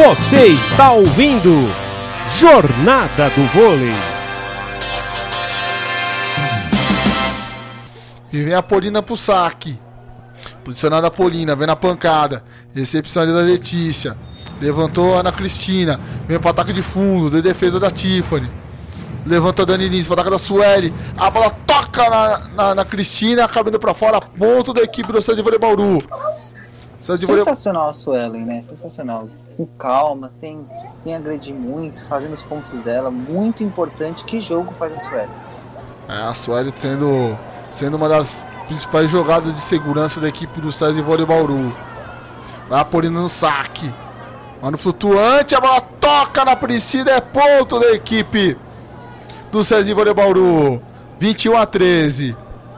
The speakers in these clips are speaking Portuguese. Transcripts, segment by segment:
Você está ouvindo Jornada do Vôlei. E vem a Polina pro saque. Posicionada a Polina, vem na pancada. Recepção ali da Letícia. Levantou a Ana Cristina. Vem pro ataque de fundo, de defesa da Tiffany. Levanta a Dani Lins pro ataque da Sueli. A bola toca na Cristina, acaba indo pra fora. Ponto da equipe do César de Vôlei Bauru. Sensacional a Suelen, né? Sensacional. Com calma, sem agredir muito, fazendo os pontos dela. Muito importante. Que jogo faz a Sueli? A Sueli sendo uma das principais jogadas de segurança da equipe do César de Vôlei Bauru. Vai a Polina no saque. Vai no flutuante, a bola toca na Priscila. É ponto da equipe do César de Vôlei Bauru. 21-13.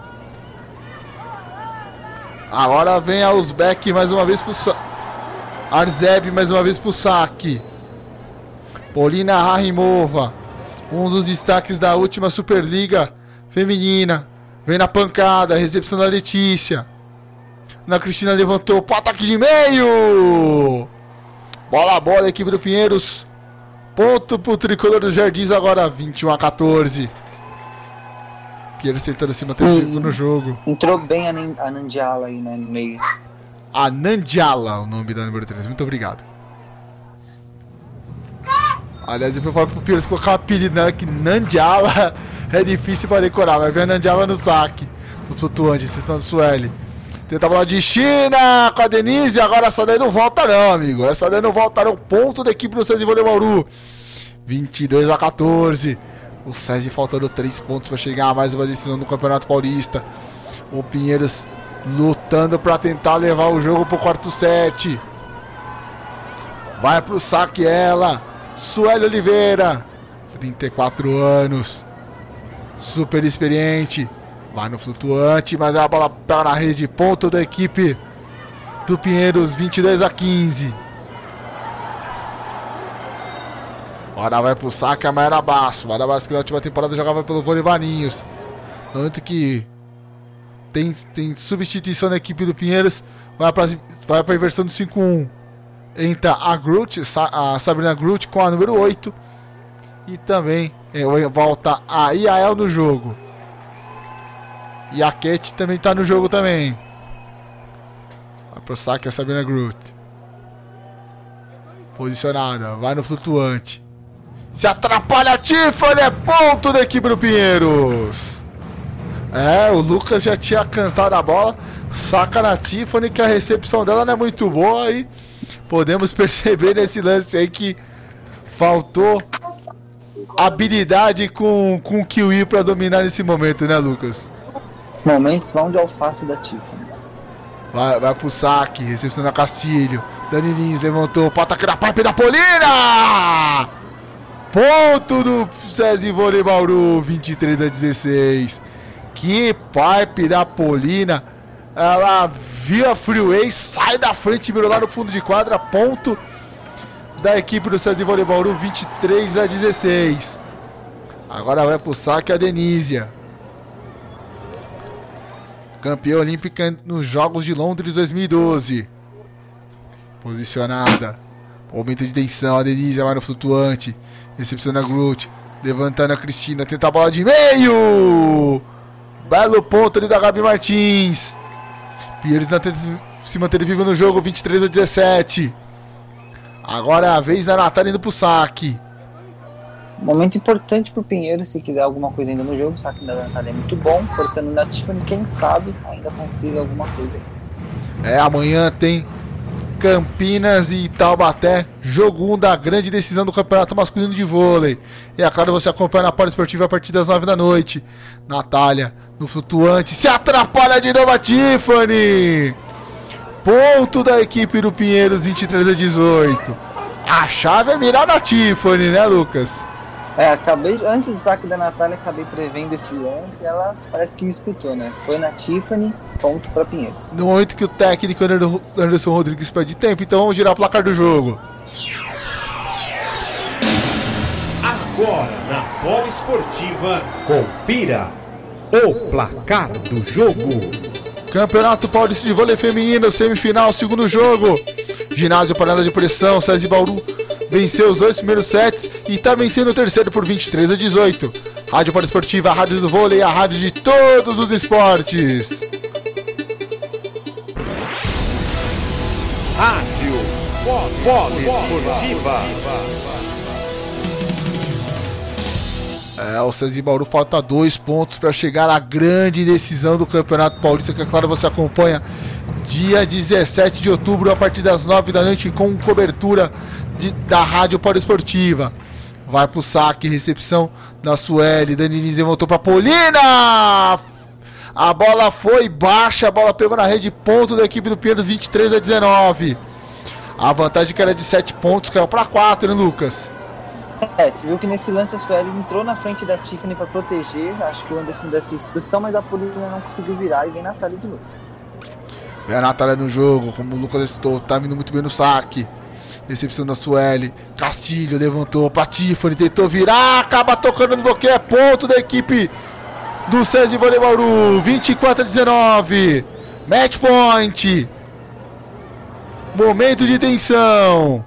Agora vem a Uzbek mais uma vez pro Arzeb mais uma vez pro saque. Polina Rarimova, um dos destaques da última Superliga feminina. Vem na pancada, recepção da Letícia. Ana Cristina levantou pro ataque de meio. Bola, equipe do Pinheiros. Ponto pro tricolor dos Jardins agora, 21-14. Pinheiros tentando se manter vivo no jogo. Entrou bem a Nandiala aí, né, no meio. A Nandiala, o nome da número 3. Muito obrigado. Aliás, eu fui falar pro Pinheiros colocar um apelido nela, que Nandiala é difícil para decorar. Vai ver a Nandiala no saque. No flutuante, acertando o Sueli. Tenta a bola de China com a Denise. Agora essa daí não volta não, amigo. Essa daí não volta não. Ponto da equipe do César de Vôlei Bauru. 22-14. O César faltando 3 pontos para chegar a mais uma decisão do Campeonato Paulista. O Pinheiros lutando para tentar levar o jogo pro quarto set. Vai pro saque ela. Sueli Oliveira. 34 anos. Super experiente. Vai no flutuante, mas a bola pega na rede. Ponto da equipe do Pinheiros, 22-15. Agora vai pro saque a Mayara Basso. Mayara Basso que na última temporada jogava pelo Vôlei Valinhos. No momento que tem substituição na equipe do Pinheiros, vai pra inversão do 5-1. Entra a Sabrina Groot com a número 8. E também volta a Iael no jogo. E a Cat também tá no jogo também. Vai pro saque a Sabrina Groot. Posicionada, vai no flutuante. Se atrapalha a Tiffany, é ponto da equipe do Pinheiros. O Lucas já tinha cantado a bola. Saca na Tiffany, que a recepção dela não é muito boa. E podemos perceber nesse lance aí que faltou habilidade com o Kiwi pra dominar nesse momento, né, Lucas? Momentos vão de alface da Tiffany. Vai pro saque, recepção da Castilho. Dani Lins levantou pro ataque da pipe da Polina! Ponto do César Vôlei Bauru, 23-16. Que pipe da Polina. Ela viu a freeway, sai da frente, mirou lá no fundo de quadra. Ponto da equipe do César Vôlei Bauru, 23-16. Agora vai pro saque a Denísia. Campeã olímpica nos Jogos de Londres 2012. Posicionada. Momento de tensão. A Denise vai no flutuante. Recepção na Groot. Levantando a Cristina. Tenta a bola de meio. Belo ponto ali da Gabi Martins. Pinheiros tenta se manter vivo no jogo. 23-17. Agora é a vez da Natália indo pro saque. Momento importante pro Pinheiro, se quiser alguma coisa ainda no jogo. O saque da Natália é muito bom, forçando na Tiffany, quem sabe ainda consiga alguma coisa aí. Amanhã tem Campinas e Taubaté, jogo 1 da grande decisão do Campeonato Masculino de Vôlei. E é claro, você acompanha na Poliesportiva a partir das 9 da noite. Natália no flutuante, se atrapalha de novo a Tiffany. Ponto da equipe do Pinheiros, 23-18. A chave é mirar na Tiffany, né, Lucas? Antes do saque da Natália, acabei prevendo esse lance e ela parece que me escutou, né? Foi na Tiffany, ponto para Pinheiros. No momento que o técnico Anderson Rodrigues pede tempo, então vamos girar o placar do jogo. Agora na Poliesportiva, confira o placar do jogo. Campeonato Paulista de Vôlei Feminino, semifinal, segundo jogo. Ginásio Panela de Pressão, César Bauru venceu os 2 primeiros sets e está vencendo o terceiro por 23-18. Rádio Poliesportiva, a rádio do vôlei, a rádio de todos os esportes. Rádio Poliesportiva. O César Bauru falta 2 pontos para chegar à grande decisão do Campeonato Paulista, que é claro você acompanha dia 17 de outubro a partir das 9 da noite com cobertura da Rádio Poliesportiva. Vai pro saque, recepção da Sueli, Dani Lins voltou para Polina. A bola foi baixa, a bola pegou na rede, ponto da equipe do Pinheiros, 23-19. A vantagem que era de 7 pontos caiu para 4, né, Lucas? Você viu que nesse lance a Sueli entrou na frente da Tiffany para proteger, acho que o Anderson deu essa instrução, mas a Polina não conseguiu virar e vem a Natália de novo. Vem a Natália no jogo, como o Lucas citou, tá vindo muito bem no saque. Recepção da Sueli, Castilho levantou pra Tiffany, tentou virar, acaba tocando no bloqueio, é ponto da equipe do César Bauru, 24-19. Match point. Momento de tensão.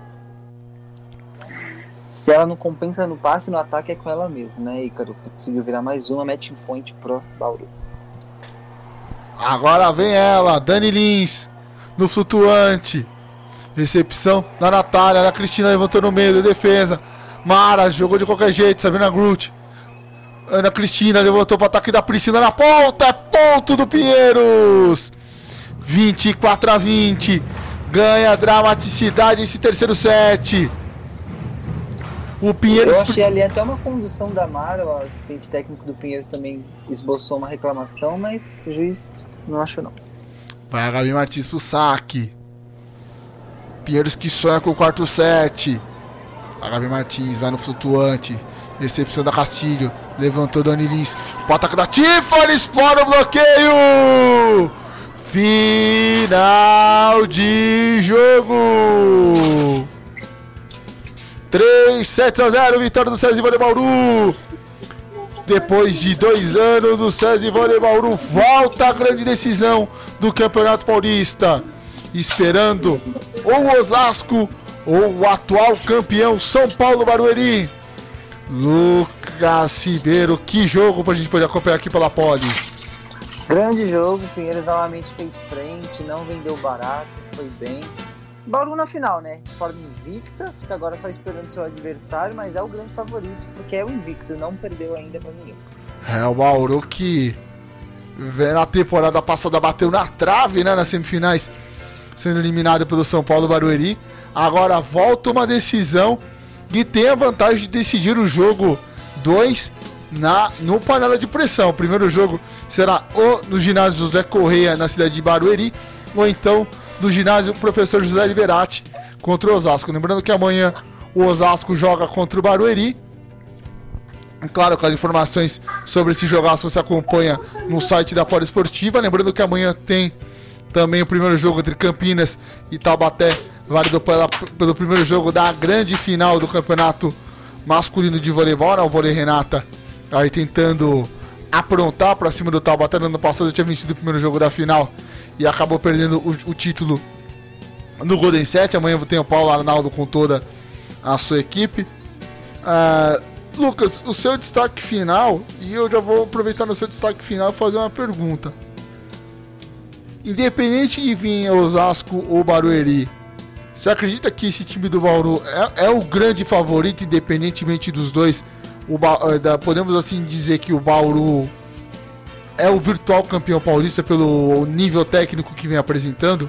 Se ela não compensa no passe, no ataque é com ela mesmo, né, Ícaro? Conseguiu virar mais uma match point pro Bauru. Agora vem ela, Dani Lins, no flutuante. Recepção da Natália, a Cristina levantou no meio da defesa. Mara jogou de qualquer jeito, Sabrina Groot. Ana Cristina levantou para o ataque da Priscila na ponta, é ponto do Pinheiros. 24-20, ganha dramaticidade esse terceiro set. O Pinheiros... Eu achei ali até uma condução da Mara, o assistente técnico do Pinheiros também esboçou uma reclamação, mas o juiz não achou não. Vai a Gabi Martins pro saque. Pinheiros que sonha com o quarto set. A Gabi Martins vai no flutuante. Recepção da Castilho. Levantou Dani Lins. O ataque da Tiffany. Explora o bloqueio. Final de jogo. 3-0. Vitória do César Bauru. Depois de 2 anos, o César Bauru volta à grande decisão do Campeonato Paulista. Esperando ou o Osasco ou o atual campeão São Paulo Barueri. Lucas Ribeiro, que jogo pra gente poder acompanhar aqui pela Poli. Grande jogo, o Pinheiros novamente fez frente, não vendeu barato, foi bem. Bauru na final, né? De forma invicta, fica agora só esperando seu adversário, mas é o grande favorito, porque é o invicto, não perdeu ainda pra ninguém. É o Bauru que na temporada passada bateu na trave, né? Nas semifinais, sendo eliminado pelo São Paulo Barueri. Agora volta uma decisão e tem a vantagem de decidir o jogo 2 no panela de pressão. O primeiro jogo será ou no ginásio José Correia, na cidade de Barueri, ou então no ginásio Professor José Liberati contra o Osasco. Lembrando que amanhã o Osasco joga contra o Barueri. Claro, com as informações sobre esse jogaço você acompanha no site da Poliesportiva. Lembrando que amanhã tem também o primeiro jogo entre Campinas e Taubaté, válido pelo primeiro jogo da grande final do campeonato masculino de voleibol, né? O Vôlei Renata aí tentando aprontar para cima do Taubaté. No ano passado tinha vencido o primeiro jogo da final e acabou perdendo o título no Golden Set. Amanhã tem o Paulo Arnaldo com toda a sua equipe. Lucas, o seu destaque final, e eu já vou aproveitar no seu destaque final e fazer uma pergunta. Independente de vir Osasco ou Barueri, você acredita que esse time do Bauru é o grande favorito, independentemente dos dois? Podemos assim dizer que o Bauru é o virtual campeão paulista pelo nível técnico que vem apresentando?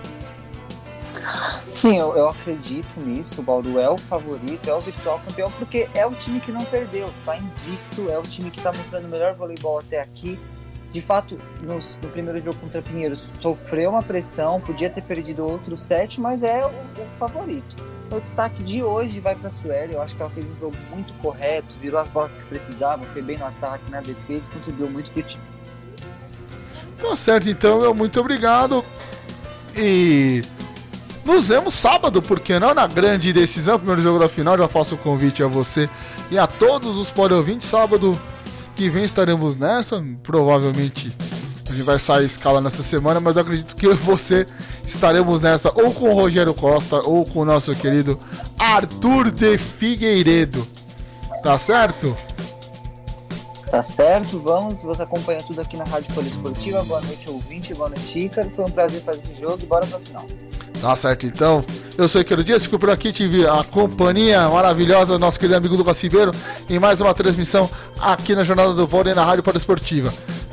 Sim, eu acredito nisso. O Bauru é o favorito, é o virtual campeão, porque é o time que não perdeu, tá invicto, é o time que tá mostrando o melhor voleibol até aqui. De fato, no primeiro jogo contra Pinheiros, sofreu uma pressão, podia ter perdido outro set, mas é o favorito. O destaque de hoje vai para a Sueli. Eu acho que ela fez um jogo muito correto, virou as bolas que precisava, foi bem no ataque, na defesa, contribuiu muito para o time. Tá certo, então, meu muito obrigado. E nos vemos sábado, porque não, na grande decisão, primeiro jogo da final. Já faço o convite a você e a todos os ouvintes. Sábado que vem estaremos nessa, provavelmente A gente vai sair escala nessa semana, mas eu acredito que eu e você estaremos nessa ou com o Rogério Costa ou com o nosso querido Arthur de Figueiredo. Tá certo? Tá certo, vamos. Você acompanha tudo aqui na Rádio Poliesportiva. Boa noite, ouvinte. Boa noite, Ícaro. Foi um prazer fazer esse jogo e bora pra final. Tá certo, então. Eu sou o Ícaro Dias, fico por aqui, tive a companhia maravilhosa do nosso querido amigo Lucas Ribeiro em mais uma transmissão aqui na Jornada do Vôlei na Rádio Poliesportiva.